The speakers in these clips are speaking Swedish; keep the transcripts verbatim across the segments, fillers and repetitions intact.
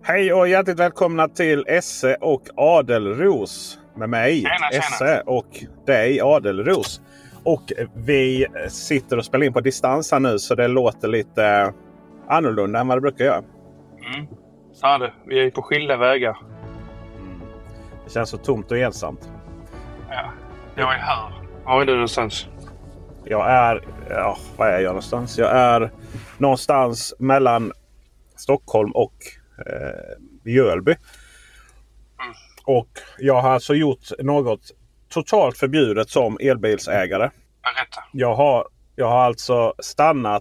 Hej och hjärtligt välkomna till Esse och Adelros med mig, tjena, tjena. Esse, och dig, Adelros. Och vi sitter och spelar in på distans här nu, så det låter lite annorlunda än vad det brukar göra. Mm. Så är det. Vi är på skilda vägar. Mm. Det känns så tomt och ensamt. Ja, jag är här. Var är du någonstans? Jag är, ja, vad är jag någonstans? Jag är någonstans mellan Stockholm och eh, Mjölby. Mm. Och jag har alltså gjort något totalt förbjudet som elbilsägare. Berätta. Jag har, jag har alltså stannat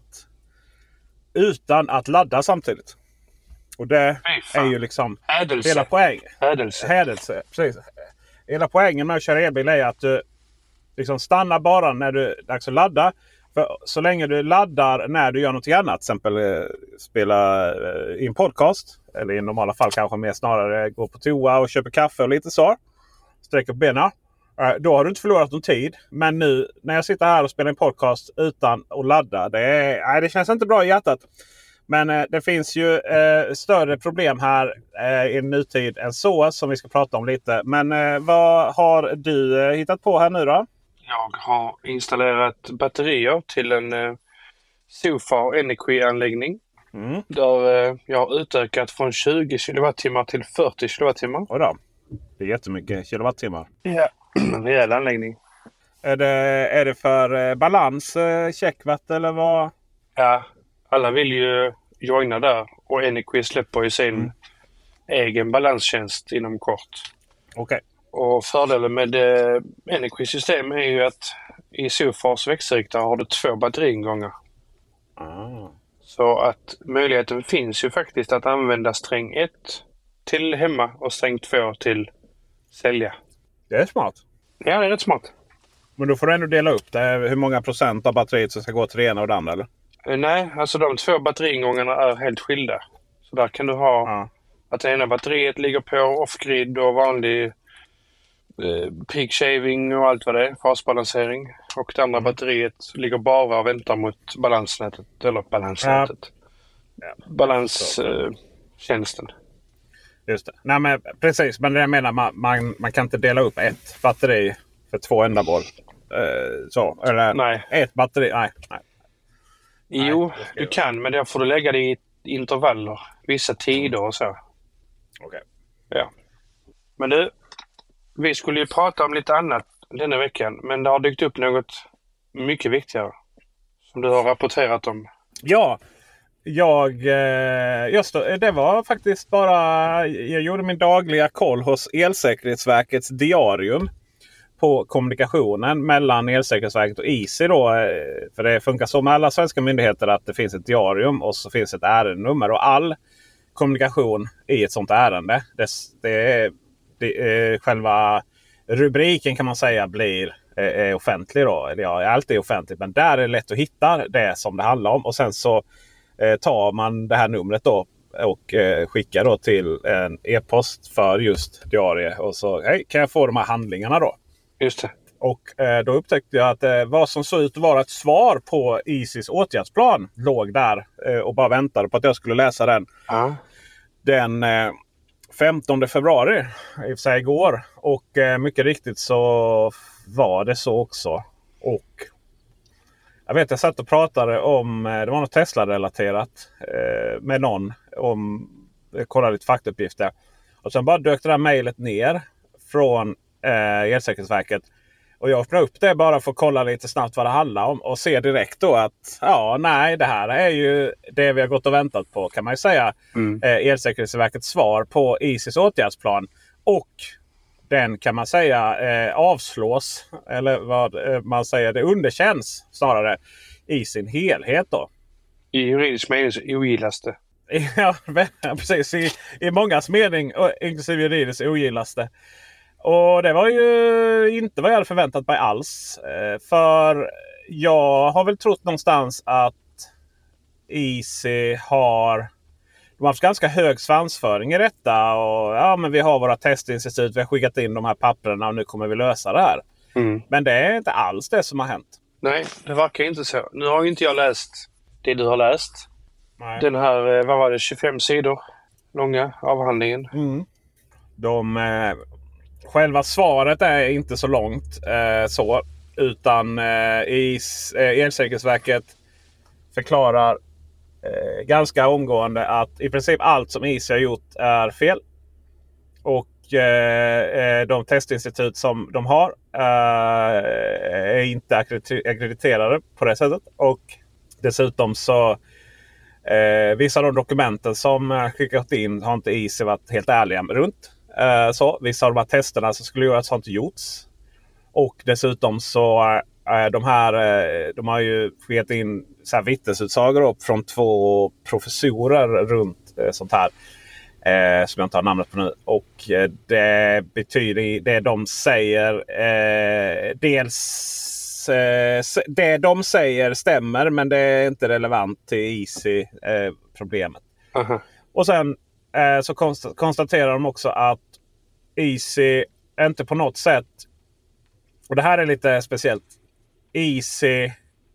utan att ladda samtidigt. Och det är ju liksom Hädelse. hela poäng. Hädelse. Hädelse, precis. Hela poängen med att köra elbil är att du liksom stannar bara när du är dags att ladda. För så länge du laddar när du gör något annat, till exempel eh, spela eh, in podcast, eller i normala fall kanske mer snarare gå på toa och köpa kaffe och lite så, sträcka upp benen, eh, då har du inte förlorat någon tid. Men nu när jag sitter här och spelar in podcast utan att ladda, det, är, nej, det känns inte bra i hjärtat. Men eh, det finns ju eh, större problem här eh, i nutid än så, som vi ska prata om lite. Men eh, vad har du eh, hittat på här nu då? Jag har installerat batterier till en eh, Sofar Energy-anläggning. Mm. Där eh, jag har utökat från tjugo kilowattimmar till fyrtio kilowattimmar. Och då? Det är jättemycket kilowattimmar. Ja, en rejäl anläggning. Är det, är det för eh, balans, eh, checkwatt eller vad? Ja, alla vill ju joina där. Och Energy släpper ju sin mm. egen balanstjänst inom kort. Okej. Okay. Och fördelen med eh, Energy-system är ju att i Sofars växelriktare har du två batteriingångar. Ah. Så att möjligheten finns ju faktiskt att använda sträng ett till hemma och sträng två till sälja. Det är smart. Ja, det är rätt smart. Men då får du ändå dela upp det. Hur många procent av batteriet som ska gå till det ena och det andra, eller? Eh, nej, alltså de två batteriingångarna är helt skilda. Så där kan du ha ah. att det ena batteriet ligger på off-grid och vanlig Eh, peak shaving och allt vad det är, fasbalansering, och det andra mm. batteriet ligger bara och väntar mot balansnätet, eller balansnätet ja. Ja. balanstjänsten. Eh, Just det. Nej, men precis, men det jag menar, man, man, man kan inte dela upp ett batteri för två ändamål. Eh, så, eller nej. Ett batteri, nej, nej. Jo, nej, du kan, men då får du lägga det i intervaller, vissa tider och så. Okej. Okay. Ja. Men du, vi skulle ju prata om lite annat denna veckan, men det har dykt upp något mycket viktigare som du har rapporterat om. Ja, jag, just då, det var faktiskt bara, jag gjorde min dagliga koll hos Elsäkerhetsverkets diarium på kommunikationen mellan Elsäkerhetsverket och I C I då. För det funkar så med alla svenska myndigheter att det finns ett diarium och så finns ett ärendenummer, och all kommunikation i ett sånt ärende, det, det är Det, eh, själva rubriken kan man säga blir eh, offentlig då. Eller ja, allt är offentligt, men där är det lätt att hitta det som det handlar om. Och sen så eh, tar man det här numret då och eh, skickar då till en e-post för just diarie. Och så, hej, kan jag få de här handlingarna då? Just det. Och eh, då upptäckte jag att eh, vad som såg ut att vara ett svar på I C I:s åtgärdsplan låg där eh, och bara väntade på att jag skulle läsa den. Ja. Den... Eh, femtonde februari, i och för sig igår. Och eh, mycket riktigt så var det så också. Och jag vet, jag satt och pratade om, eh, det var något Tesla-relaterat eh, med någon. Om, jag kollade lite faktauppgifter. Och sen bara dök det där mejlet ner från eh, Elsäkerhetsverket. Och jag öppnade upp det bara för att kolla lite snabbt vad det handlar om. Och se direkt då att ja, nej, det här är ju det vi har gått och väntat på, kan man ju säga. Mm. Eh, Elsäkerhetsverkets svar på I C I:s åtgärdsplan. Och den kan man säga eh, avslås. Eller vad eh, man säger, det underkänns snarare i sin helhet då. I juridisk mening så ogillas det. Ja, precis. I, i mångas mening, inklusive juridiskt, ogillas det. Och det var ju inte vad jag hade förväntat mig alls. För jag har väl trott någonstans att I C har, de har haft ganska hög svansföring i detta. Och ja, men vi har våra testinstitut, vi har skickat in de här papperna och nu kommer vi lösa det här. Mm. Men det är inte alls det som har hänt. Nej, det verkar inte så. Nu har ju inte jag läst det du har läst. Nej. Den här, vad var det, tjugofem sidor långa avhandlingen. Mm. De, eh, själva svaret är inte så långt eh, så. Utan eh, i, eh, Elsäkerhetsverket förklarar eh, ganska omgående att i princip allt som I C har gjort är fel. Och eh, de testinstitut som de har eh, är inte akkrediterade på det sättet. Och dessutom så eh, vissa av de dokumenten som skickat in har inte I C varit helt ärliga runt. Eh, så vissa av de här testerna som skulle göras har inte gjorts. Och dessutom så är de här, de har ju skickat in så här vittnesutsagor upp från två professorer runt sånt här. Eh, som jag inte har namnet på nu. Och eh, det betyder, det de säger, eh, dels eh, det de säger stämmer, men det är inte relevant till I C-problemet. Eh, uh-huh. Och sen eh, så konst- konstaterar de också att I C inte på något sätt, och det här är lite speciellt, I C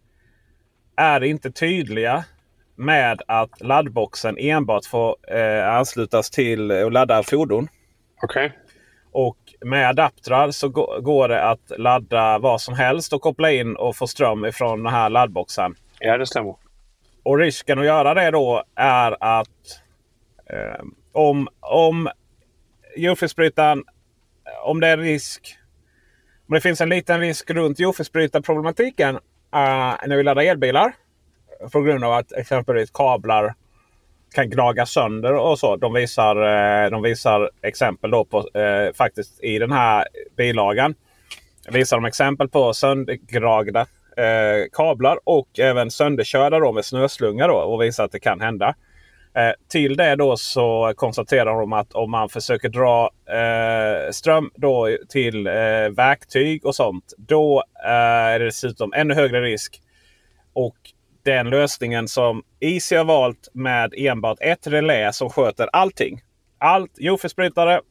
är inte tydliga med att laddboxen enbart får eh, anslutas till och ladda fordon. Okej. Okay. Och med adaptrar så g- går det att ladda vad som helst och koppla in och få ström ifrån den här laddboxen. Ja, det stämmer. Och risken att göra det då är att eh, om, om jordfelsbrytaren, om det är risk, om det finns en liten risk runt jordfelsbrytarproblematiken uh, när vi laddar elbilar, på grund av att exempelvis kablar kan gnaga sönder och så. De visar, de visar exempel då på, eh, faktiskt i den här bilagan. Visar de exempel på söndergnagda eh, kablar och även sönderkörda då med snöslungar då, och visar att det kan hända. Eh, till det då så konstaterar de att om man försöker dra eh, ström då till eh, verktyg och sånt, då eh, är det dessutom ännu högre risk. Och den lösningen som I C har valt med enbart ett relä som sköter allting. Allt, jordfelsbrytare,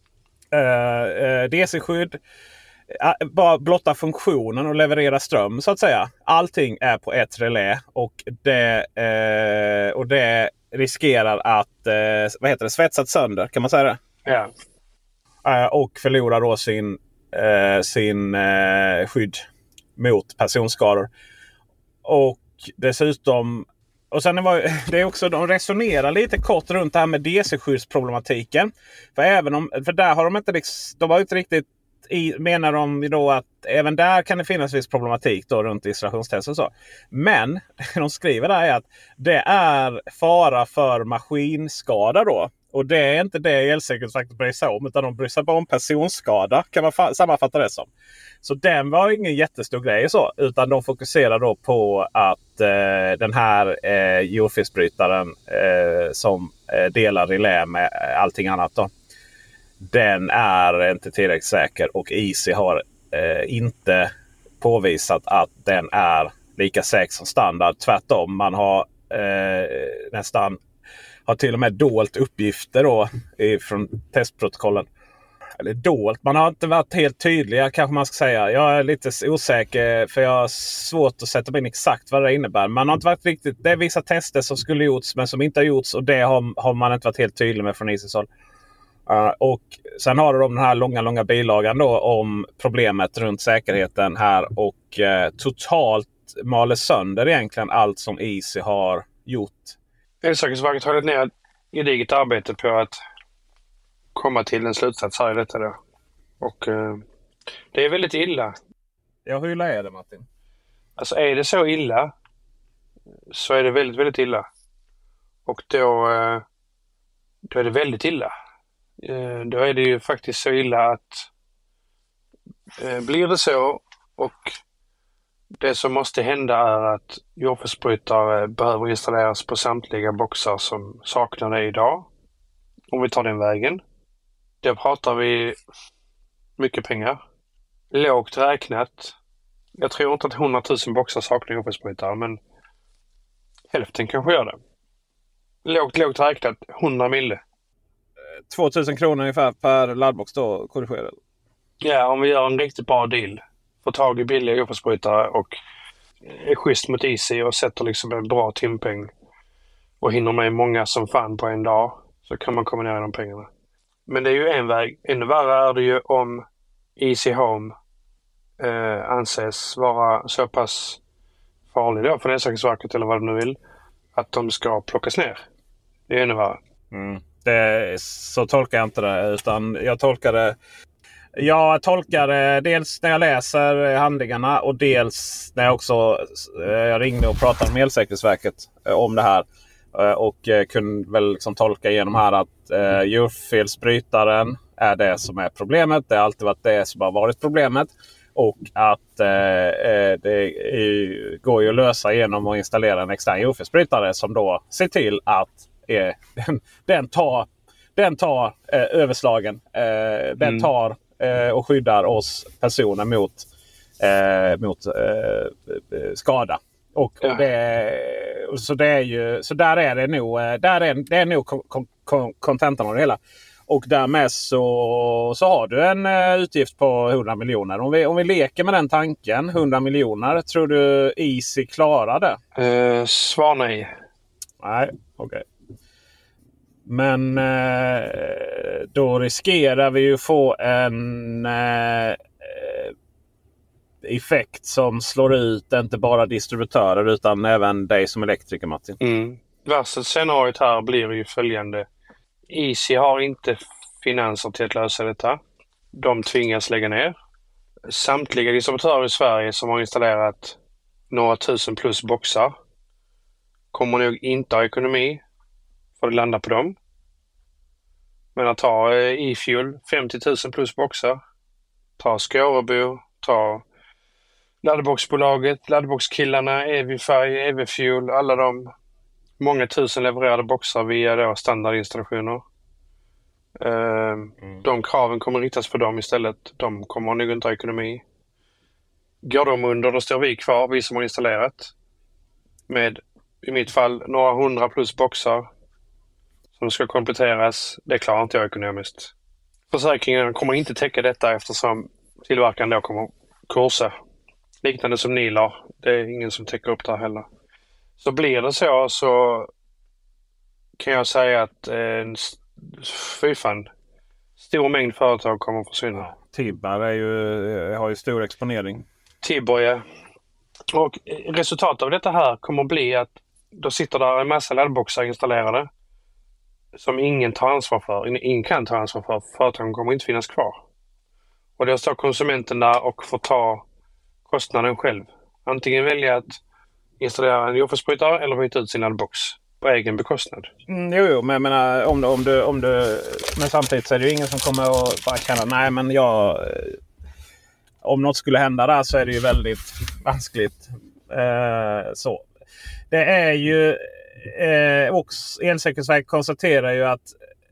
eh, D C-skydd, eh, bara blotta funktionen och leverera ström så att säga. Allting är på ett relä och det, eh, och det riskerar att eh, vad heter det, svetsat sönder, kan man säga det? Ja. Eh, och förlorar då sin, eh, sin eh, skydd mot personskador. Och dessutom, och sen var det är också, de resonerar lite kort runt det här med D C-skyddsproblematiken. För även om, för där har de inte, de har inte riktigt i, menar de då att även där kan det finnas viss problematik då runt installationstest och så. Men de skriver där är att det är fara för maskinskada då. Och det är inte det Elsäkerhetsverket bryr sig om, utan de bryr sig bara om personskada, kan man fa- sammanfatta det som. Så den var ingen jättestor grej så, utan de fokuserar då på att eh, den här eh, jordfelsbrytaren eh, som eh, delar relä med allting annat då, den är inte tillräckligt säker och I C har eh, inte påvisat att den är lika säker som standard. Tvärtom, man har eh, nästan har till och med dolt uppgifter då från testprotokollen. Eller dolt, man har inte varit helt tydliga kanske man ska säga. Jag är lite osäker för jag har svårt att sätta mig in exakt vad det innebär. Man har inte varit riktigt, det är vissa tester som skulle gjorts men som inte har gjorts, och det har, har man inte varit helt tydlig med från I C:s håll. Uh, och sen har de den här långa, långa bilagan då om problemet runt säkerheten här och uh, totalt maler sönder egentligen allt som I C har gjort. Elsäkerhetsverket har lagt ner ett gediget arbete på att komma till en slutsats här i detta då. Och uh, det är väldigt illa. Ja, hur illa är det, Martin? Alltså är det så illa så är det väldigt, väldigt illa. Och då, uh, då är det väldigt illa. Uh, då är det ju faktiskt så illa att uh, blir det så och det som måste hända är att jordfelsbrytare behöver installeras på samtliga boxar som saknar det idag. Om vi tar den vägen. Då pratar vi mycket pengar. Lågt räknat. Jag tror inte att hundratusen boxar saknar jordfelsbrytare, men hälften kanske gör det. Lågt, lågt räknat hundra mille. tvåtusen kronor ungefär per laddbox då, korrigerar. Ja, om vi gör en riktigt bra deal. Får tag i billiga jordfelsbrytare och är schysst mot I C och sätter liksom en bra timpeng och hinner med många som fan på en dag, så kan man komma ner i de pengarna. Men det är ju en väg. Ännu värre är det ju om Easy Home eh, anses vara så pass farlig då för Elsäkerhetsverket eller vad de nu vill, att de ska plockas ner. Det är ännu värre. Mm. Det, så tolkar jag inte det, utan jag tolkar det Jag tolkar det dels när jag läser handlingarna och dels när jag också jag ringde och pratade med Elsäkerhetsverket om det här. Och kunde väl liksom tolka igenom här att eh, djurfelsbrytaren är det som är problemet. Det har alltid varit det som har varit problemet. Och att eh, det är, går ju att lösa genom att installera en extern djurfelsbrytare som då ser till att eh, den, den tar, den tar eh, överslagen. Eh, den mm. tar eh, och skyddar oss personer mot, eh, mot eh, skada. Och, ja. och det, så det är ju så där är det nog där är det är nog kontentan av det hela. Och därmed så så har du en uh, utgift på hundra miljoner. Om vi om vi leker med den tanken, hundra miljoner, tror du Easy klarar det? Uh, svar nej. Nej, okej. Okay. Men uh, då riskerar vi ju få en uh, effekt som slår ut inte bara distributörer utan även dig som elektriker, Martin. Mm. Värsta scenariot här blir ju följande. Easy har inte finanser till att lösa detta. De tvingas lägga ner. Samtliga distributörer i Sverige som har installerat några tusen plus boxar kommer nog inte ha ekonomi för att landa på dem. Men att ta e-fuel, femtio tusen plus boxar, ta Skårebo, ta laddboxbolaget, laddboxkillarna, Evify, Evifuel, alla de många tusen levererade boxar via då standardinstallationer. Uh, mm. De kraven kommer riktas på dem istället. De kommer nog inte ha ekonomi. Går de under, då står vi kvar, vi som har installerat. Med, i mitt fall, några hundra plus boxar som ska kompletteras. Det klarar inte jag ekonomiskt. Försäkringen kommer inte täcka detta eftersom tillverkaren då kommer kursa. Liknande som ni la. Det är ingen som täcker upp det här heller. Så blir det så så kan jag säga att en fy fan, stor mängd företag kommer att försvinna. Ja, Tibber är ju, har ju stor exponering. Tibber, ja. Och resultatet av detta här kommer att bli att då sitter där en massa laddboxar installerade som ingen tar ansvar för. Ingen kan ta ansvar för. Företagen kommer inte finnas kvar. Och då står konsumenten där och får ta kostnaden själv. Antingen välja att installera en djurfelsbrytare eller byta ut sin laddbox på egen bekostnad. Mm, jo, jo, men jag menar, om, om, du, om du... Men samtidigt så är det ju ingen som kommer att bara känna, nej men jag... Om något skulle hända där så är det ju väldigt vanskligt. Eh, så. Det är ju... Eh, också, Elsäkerhetsverket konstaterar ju att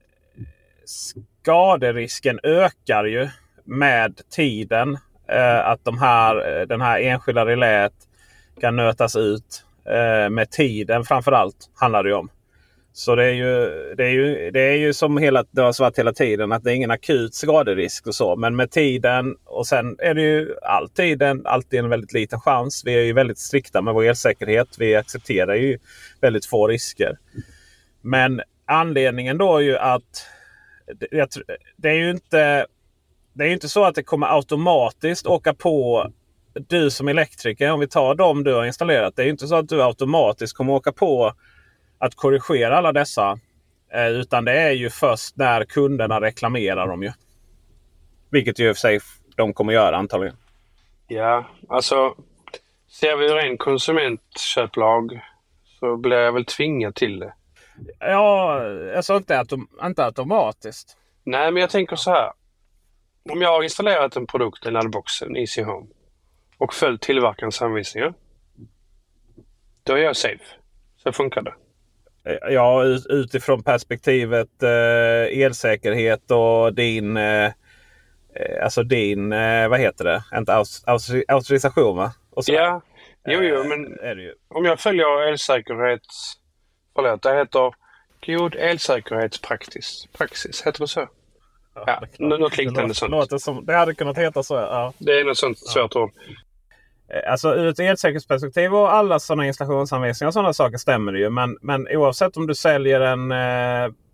skaderisken ökar ju med tiden. Eh, att de här, den här enskilda relät kan nötas ut eh, med tiden framförallt handlar det ju om. Så det är ju, det är ju, det är ju som hela, det har varit hela tiden att det är ingen akut skaderisk och så. Men med tiden och sen är det ju alltid en, alltid en väldigt liten chans. Vi är ju väldigt strikta med vår elsäkerhet. Vi accepterar ju väldigt få risker. Men anledningen då är ju att det, det är ju inte... Det är ju inte så att det kommer automatiskt åka på du som elektriker. Om vi tar dem du har installerat. Det är ju inte så att du automatiskt kommer åka på att korrigera alla dessa. Eh, utan det är ju först när kunderna reklamerar dem ju. Vilket ju för sig de kommer göra antagligen. Ja, alltså ser vi en konsumentköplag så blir jag väl tvingad till det. Ja, alltså inte, autom- inte automatiskt. Nej, men jag tänker så här. Om jag har installerat en produkt, en laddboxen, Easy Home, och följt tillverkarens anvisningar, då är jag safe. Så funkar det. Ja, utifrån perspektivet eh, elsäkerhet och din, eh, alltså din, eh, vad heter det? Inte autor- auktorisation, va? Och så, ja, jo, jo, men är det ju. Om jag följer elsäkerhets, förlåt, det heter god elsäkerhetspraxis. Praxis, heter det så? Ja, ja något liknande sånt. Det, låter som, det hade kunnat heta så, ja. Det är något sånt svårt ja. ord. Alltså ur ett elsäkerhetsperspektiv och alla sådana installationsanvisningar och sådana saker stämmer det ju. Men, men oavsett om du säljer en eh,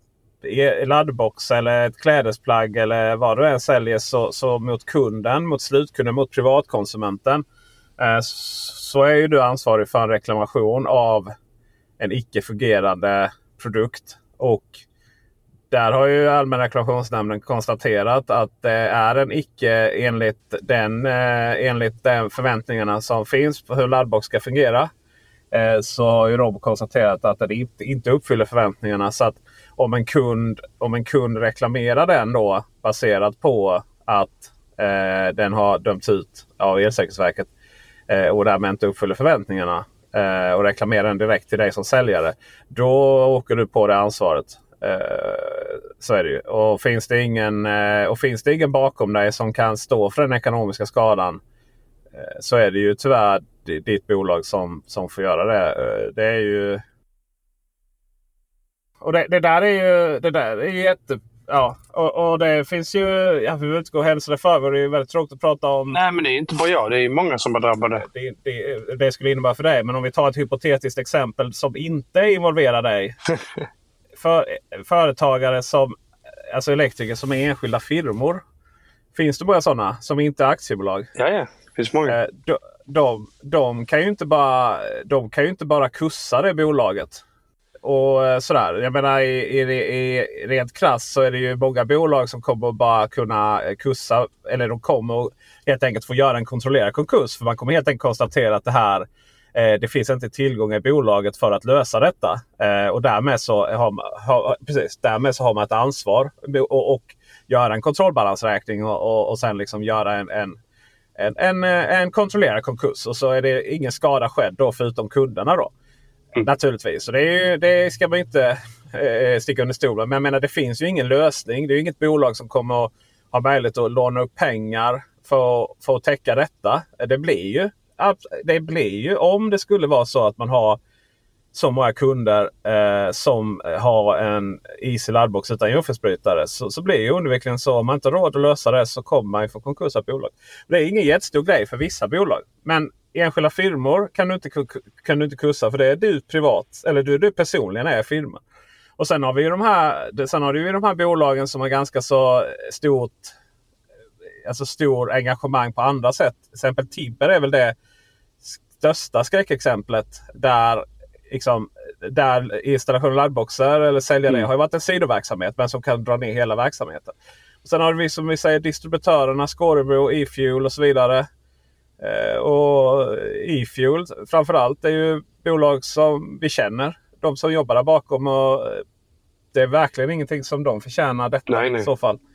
laddbox eller ett klädesplagg eller vad du än säljer, så, så mot kunden, mot slutkunden, mot privatkonsumenten, eh, så är ju du ansvarig för en reklamation av en icke-fungerande produkt. Och där har ju Allmänna reklamationsnämnden konstaterat att det är en icke enligt den, eh, enligt den förväntningarna som finns på hur laddbox ska fungera. Eh, så har ju de konstaterat att det inte, inte uppfyller förväntningarna. Så att om en kund, om en kund reklamerar den då baserat på att eh, den har dömts ut av Elsäkerhetsverket eh, och därmed inte uppfyller förväntningarna eh, och reklamerar den direkt till dig som säljare, då åker du på det ansvaret. Uh, så är det ju. Och finns det ingen uh, och finns det ingen bakom dig som kan stå för den ekonomiska skadan, uh, så är det ju tyvärr d- ditt bolag som, som får göra det. Uh, det är ju och det, det där är ju det där är jätte ja och, och det finns ju, jag vill inte gå hälsa för, det är väldigt tråkigt att prata om. Nej, men det är inte bara jag, det är många som är drabbade. Det, det, det skulle innebära för dig, men om vi tar ett hypotetiskt exempel som inte involverar dig. För, företagare som, alltså elektriker som är enskilda firmor. Finns det många sådana som inte är aktiebolag? Ja, ja. Det finns många. De, de, de, kan ju inte bara, de kan ju inte bara kussa det bolaget. Och sådär. Jag menar i, i, i rent krass så är det ju många bolag som kommer bara kunna kussa. Eller de kommer helt enkelt få göra en kontrollerad konkurs. För man kommer helt enkelt konstatera att det här Eh, det finns inte tillgång i bolaget för att lösa detta. Eh, och därmed så, har, har, precis, därmed så har man ett ansvar och, och göra en kontrollbalansräkning och, och, och sen liksom göra en, en, en, en, en kontrollerad konkurs. Och så är det ingen skada skedd då förutom kunderna då. Mm. Naturligtvis. Så det, är, det ska man inte eh, sticka under stolen. Men jag menar, det finns ju ingen lösning. Det är ju inget bolag som kommer att ha möjlighet att låna upp pengar för, för att täcka detta. Det blir ju Det blir ju, om det skulle vara så att man har så många kunder eh, som har en Easy laddbox utan jungfruspruttare, så, så blir ju underviklingen så, om man inte har råd att lösa det så kommer man ju få konkurs av bolag. Det är ingen jättestor grej för vissa bolag, men i enskilda firmor kan du inte, kan du inte kursa, för det är du privat, eller du, du personligen är firma. Och sen har vi ju de här, sen har du ju de här bolagen som har ganska så stort, alltså stor engagemang på andra sätt. Till exempel Tibber är väl det största skräckexemplet där, liksom, där installation av laddboxar eller sälja det mm. har ju varit en sidoverksamhet, men som kan dra ner hela verksamheten. Och sen har vi, som vi säger, distributörerna, Scorebro, E-Fuel och så vidare. Eh, och E-Fuel framförallt är ju bolag som vi känner, de som jobbar där bakom, och det är verkligen ingenting som de förtjänar detta nej, nej. i så fall.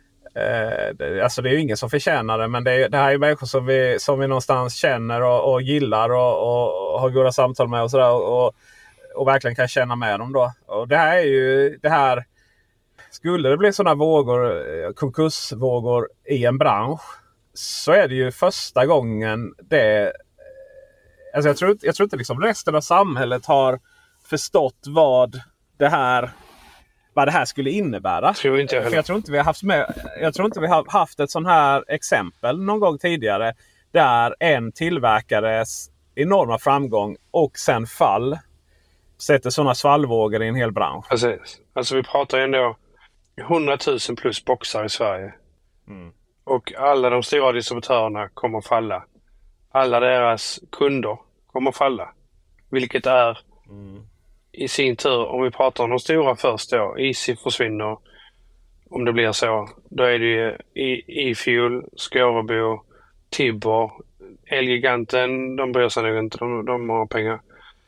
Eh, det, alltså det är ju ingen som förtjänar det, men det, är, det här är människor som vi, som vi någonstans känner och, och gillar och, och, och har goda samtal med och sådär, och, och verkligen kan känna med dem då. Och det här är ju det här, skulle det bli sådana vågor, konkursvågor i en bransch, så är det ju första gången det, alltså jag tror, jag tror inte liksom resten av samhället har förstått vad det här vad det här skulle innebära. Tror inte jag, För jag tror inte vi har haft med, jag tror inte vi har haft ett sån här exempel någon gång tidigare där en tillverkares enorma framgång och sen fall sätter sådana svallvågor i en hel bransch. Precis. Alltså vi pratar ju ändå hundratusen plus boxar i Sverige. Mm. Och alla de stora distributörerna kommer att falla. Alla deras kunder kommer att falla. Vilket är mm. i sin tur, om vi pratar om de stora först då, Easy försvinner. Om det blir så, då är det ju E-Fuel, Scorebro, Tibber, Elgiganten, de bryr sig nog inte, de, de har pengar.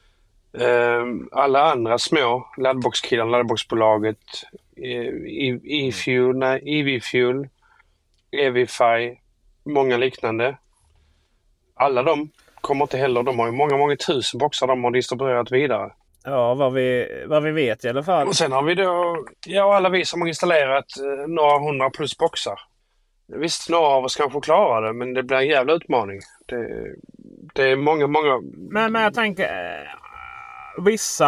Um, alla andra små, laddboxkillar, laddboxbolaget, E-Fuel, nej, E V-Fuel, Evify, många liknande. Alla de kommer inte heller, de har ju många, många tusen boxar de har distribuerat vidare. Ja, vad vi, vad vi vet i alla fall. Och sen har vi då, ja, alla vi som har installerat eh, några hundra plus boxar. Visst, några av oss kanske klarar det, men det blir en jävla utmaning. Det, det är många, många... Men, men jag tänker, eh, vissa...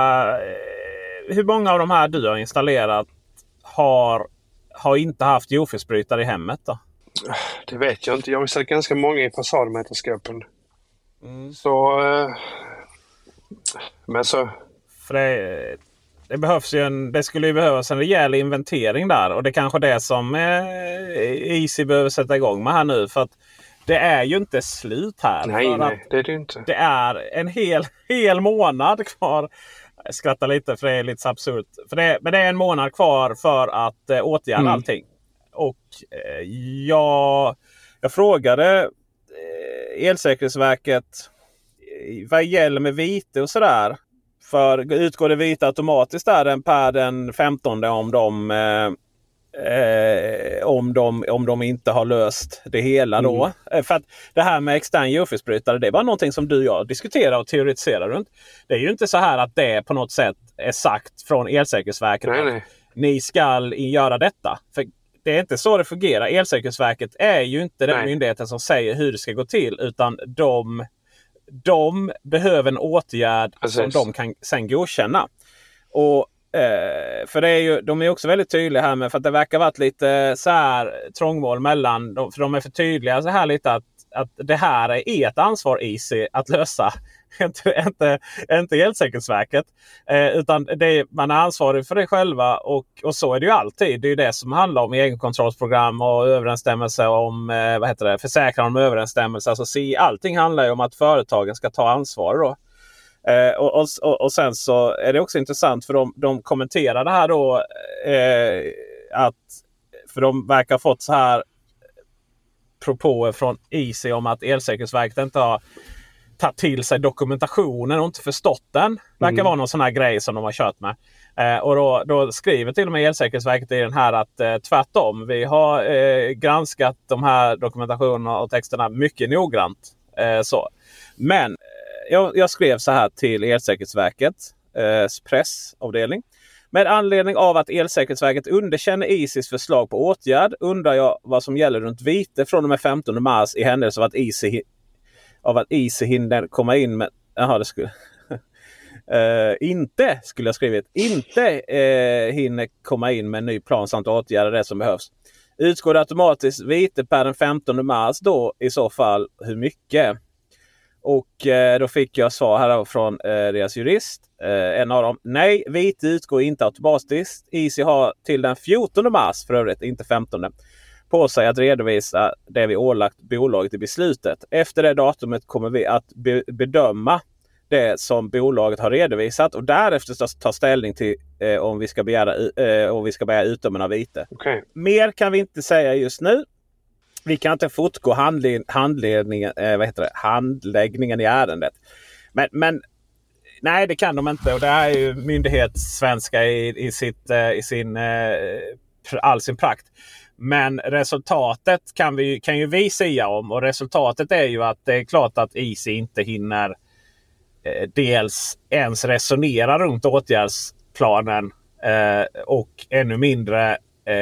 Eh, hur många av de här du har installerat har, har inte haft jordfelsbrytare i hemmet då? Det vet jag inte. Jag har installerat ganska många i fasadmätarskåpen. Mm. Så... Eh, Men så... För det, det behövs ju en, det skulle ju behövas en rejäl inventering där. Och det är kanske det som eh, Easy behöver sätta igång med här nu. För att det är ju inte slut här. Nej, för nej, det är det inte. Det är en hel, hel månad kvar. Jag skrattar lite för det är lite så absurt. För det, men det är en månad kvar för att eh, åtgärda mm. allting. Och eh, jag, jag frågade eh, Elsäkerhetsverket eh, vad gäller med vite och sådär. För utgår det vite automatiskt där den per den femtonde om de, eh, eh, om de, om de inte har löst det hela då. Mm. För att det här med extern djurskyddsbrytare, det är bara någonting som du och jag diskuterar och teoretiserar runt. Det är ju inte så här att det på något sätt är sagt från Elsäkerhetsverket nej, nej. att ni ska göra detta. För det är inte så det fungerar. Elsäkerhetsverket är ju inte den nej. myndigheten som säger hur det ska gå till, utan de De behöver en åtgärd Precis. som de kan sen godkänna. Och eh, för det är ju, de är också väldigt tydliga här med, för att det verkar varit lite så här trångmål mellan dem, för de är för tydliga så här lite att, att det här är ert ansvar Easy att lösa. inte, inte, inte Elsäkerhetsverket. Eh, utan det är, man är ansvarig för det själva och, och så är det ju alltid. Det är ju det som handlar om egenkontrollsprogram och överensstämmelse om eh, vad heter det, försäkran om överensstämmelse. Alltså se, allting handlar ju om att företagen ska ta ansvar då. Eh, och, och, och sen så är det också intressant för de, de kommenterar det här då eh, att för de verkar ha fått så här propåer från Easy om att Elsäkerhetsverket inte har tagit till sig dokumentationen och inte förstått den. Verkar mm. vara någon sån här grej som de har kört med. Eh, och då, då skriver till och med Elsäkerhetsverket i den här att eh, tvärtom. Vi har eh, granskat de här dokumentationerna och texterna mycket noggrant. Eh, så. Men eh, jag, jag skrev så här till Elsäkerhetsverket eh, pressavdelning. Med anledning av att Elsäkerhetsverket underkänner Easys förslag på åtgärd undrar jag vad som gäller runt vite från och med femtonde mars i händelse av att Easy av att Easy hinner komma in med jaha det skulle uh, inte skulle jag skrivit inte uh, hinner komma in med en ny plan samt åtgärda det som behövs. Utgår det automatiskt vite per den femtonde mars då i så fall hur mycket? Och uh, då fick jag svar här från uh, deras jurist. Uh, en av dem, nej, vite utgår inte automatiskt. Easy har till den fjortonde mars för övrigt, inte femtonde på sig att redovisa det vi ålagt bolaget i beslutet. Efter det datumet kommer vi att be- bedöma det som bolaget har redovisat och därefter ta ställning till eh, om vi ska begära, eh, om vi ska begära utdömande av vite. Okay. Mer kan vi inte säga just nu. Vi kan inte fortgå handled- handledningen, eh, vad heter det? handläggningen i ärendet. Men, men nej, det kan de inte. Och det är ju myndighetssvenska i, i, sitt, eh, i sin, eh, all sin prakt. Men resultatet kan, vi, kan ju vi säga om. Och resultatet är ju att det är klart att Easy inte hinner eh, dels ens resonera runt åtgärdsplanen. Eh, och ännu mindre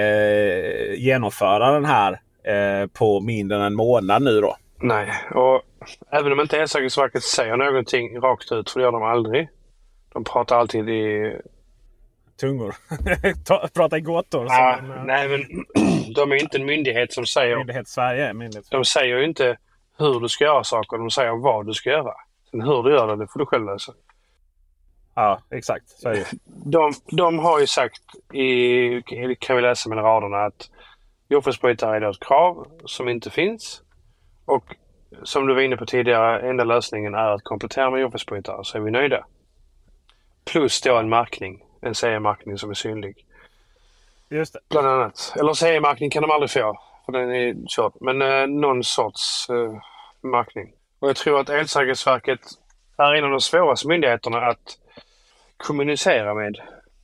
eh, genomföra den här eh, på mindre än en månad nu då. Nej, och även om inte Elsäkerhetsverket säger någonting rakt ut, för det gör de aldrig. De pratar alltid i... tungor. Prata i gåtor. Ja, en, uh... nej, men de är inte en myndighet som säger... Myndighet Sverige. Myndighet. De säger ju inte hur du ska göra saker. De säger vad du ska göra. Sen hur du gör det, det får du själv lösa. Ja, exakt. Så är det. De, de har ju sagt, i, kan vi läsa mellan raderna, att djurskyddsbrytare är ett krav som inte finns. Och som du var inne på tidigare, enda lösningen är att komplettera med djurskyddsbrytare, så är vi nöjda. Plus då en märkning. En C E-märkning som är synlig. Just det. Bland annat. Eller C E-märkning kan de aldrig få. För den är kört. Men eh, någon sorts eh, märkning. Och jag tror att Elsäkerhetsverket är en av de svåraste myndigheterna att kommunicera med.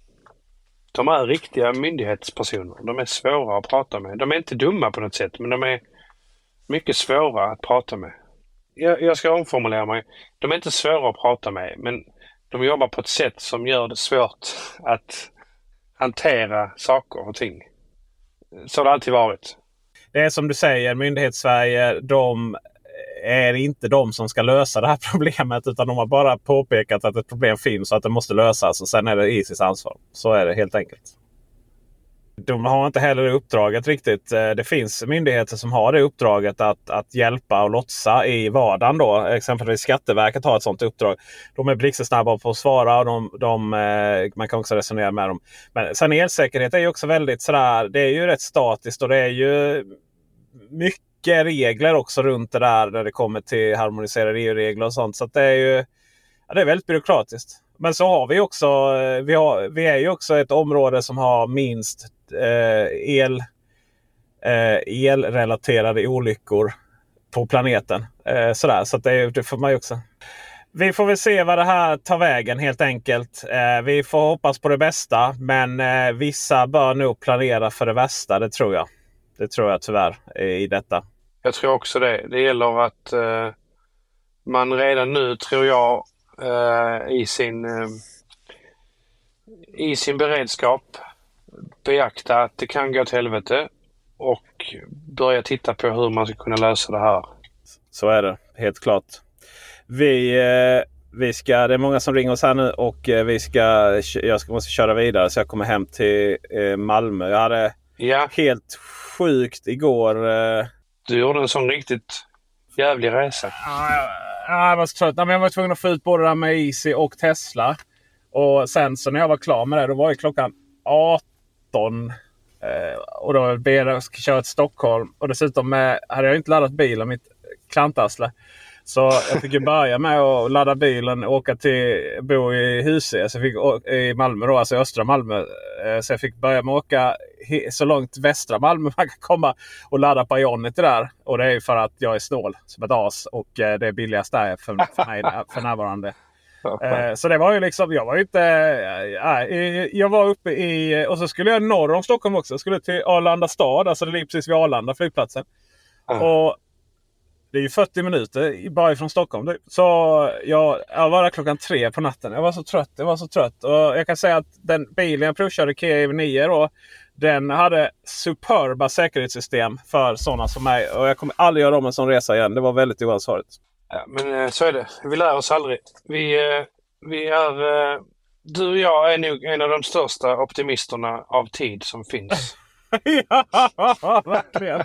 De är riktiga myndighetspersoner. De är svåra att prata med. De är inte dumma på något sätt. Men de är mycket svåra att prata med. Jag, jag ska omformulera mig. De är inte svåra att prata med. Men de jobbar på ett sätt som gör det svårt att hantera saker och ting. Så har det alltid varit. Det är som du säger, myndighetssverige, de är inte de som ska lösa det här problemet, utan de har bara påpekat att ett problem finns och att det måste lösas, och sen är det Easys ansvar. Så är det helt enkelt. De har inte heller det uppdraget riktigt. Det finns myndigheter som har det uppdraget att, att hjälpa och lotsa i vardagen då. Exempelvis Skatteverket har ett sådant uppdrag. De är blixtsnabba på att svara och de, de, man kan också resonera med dem. Men sen elsäkerhet är ju också väldigt sådär, det är ju rätt statiskt och det är ju mycket regler också runt det där när det kommer till harmoniserade E U-regler och sånt. Så att det är ju ja, det är väldigt byråkratiskt. Men så har vi också, vi, har, vi är ju också ett område som har minst eh, el, eh, elrelaterade olyckor på planeten. Eh, sådär, så att det, det får man ju också. Vi får väl se vad det här tar vägen helt enkelt. Eh, vi får hoppas på det bästa, men eh, vissa bör nog planera för det värsta, det tror jag. Det tror jag tyvärr i detta. Jag tror också det. Det gäller att eh, man redan nu, tror jag, eh, i sin eh, i sin beredskap beakta att det kan gå till helvete och börja titta på hur man ska kunna lösa det här. Så är det, helt klart. Vi, eh, vi ska, det är många som ringer oss här nu och eh, vi ska, jag ska, måste köra vidare så jag kommer hem till eh, Malmö. Jag hade ja. helt sjukt igår. Eh... Du gjorde en sån riktigt jävlig resa. Ja, jag var så trött. Jag var tvungen att få ut både där med Easy och Tesla. Och sen så när jag var klar med det, då var det klockan arton. Eh, och då blev jag köra till Stockholm. Och dessutom med, hade jag inte laddat bilen, mitt klantarsle. Så jag fick ju börja med att ladda bilen och åka till, bo i Husö. Så jag fick i Malmö då, alltså i östra Malmö. Så jag fick börja med att åka så långt västra Malmö man kan komma och ladda på Ionity där. Och det är ju för att jag är snål som ett as och det är billigast där för, för mig för närvarande. Så det var ju liksom, jag var ju inte, äh, jag var uppe i, och så skulle jag norr om Stockholm också. Jag skulle till Arlanda stad, alltså det ligger precis vid Arlanda flygplatsen. Mm. Och det är ju fyrtio minuter bara ifrån Stockholm. Så jag, jag var där klockan tre på natten. Jag var så trött, jag var så trött. Och jag kan säga att den bilen jag provkörde, Kia E V nio då, den hade superba säkerhetssystem för sådana som mig. Och jag kommer aldrig göra om en sån resa igen. Det var väldigt oansvarigt. Ja, men så är det. Vi lär oss aldrig. Vi, vi är, du och jag är nog en av de största optimisterna av tid som finns. Ja, verkligen.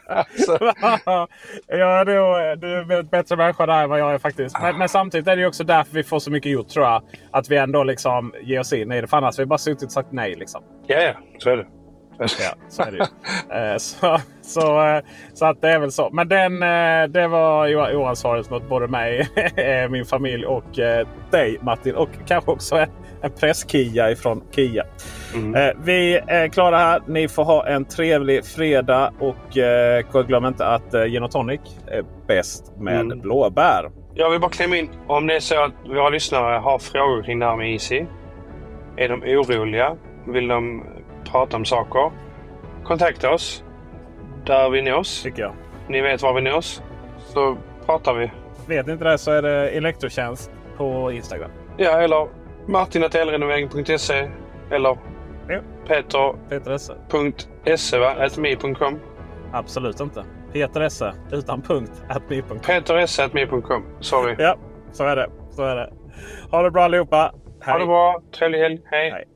Ja, du, du är en bättre människa där än vad jag är faktiskt. Men, men samtidigt är det ju också därför vi får så mycket gjort, tror jag. Att vi ändå liksom ger oss in i det. För annars har vi bara suttit och sagt nej liksom. Ja, ja, så är det. Ja, så är det ju. så, så, så att det är väl så. Men den, det var ju oansvarigt mot både mig, min familj och dig, Martin. Och kanske också en, en press-Kia ifrån Kia. Mm. Vi är klara här. Ni får ha en trevlig fredag. Och glöm inte att Gin och Tonic är bäst med mm. blåbär. Jag vill bara klämma in. Om det är så att våra lyssnare har frågor kring det här med Easy. Är de oroliga? Vill de prata om saker? Kontakta oss där vi nås. Tycker jag. Ni vet var vi nås. Så pratar vi. Vet inte det så är det Elektrotjänst på Instagram. Ja, eller martin at elrenovering punkt se eller ja. peter punkt se at me punkt com. Absolut inte. Peter Esse utan punkt at me punkt com. peter esse at me punkt com. Sorry. Ja, så är det. Så är det. Ha det bra allihopa. Hej. Ha det bra. Trevlig helg. Hej. Hej.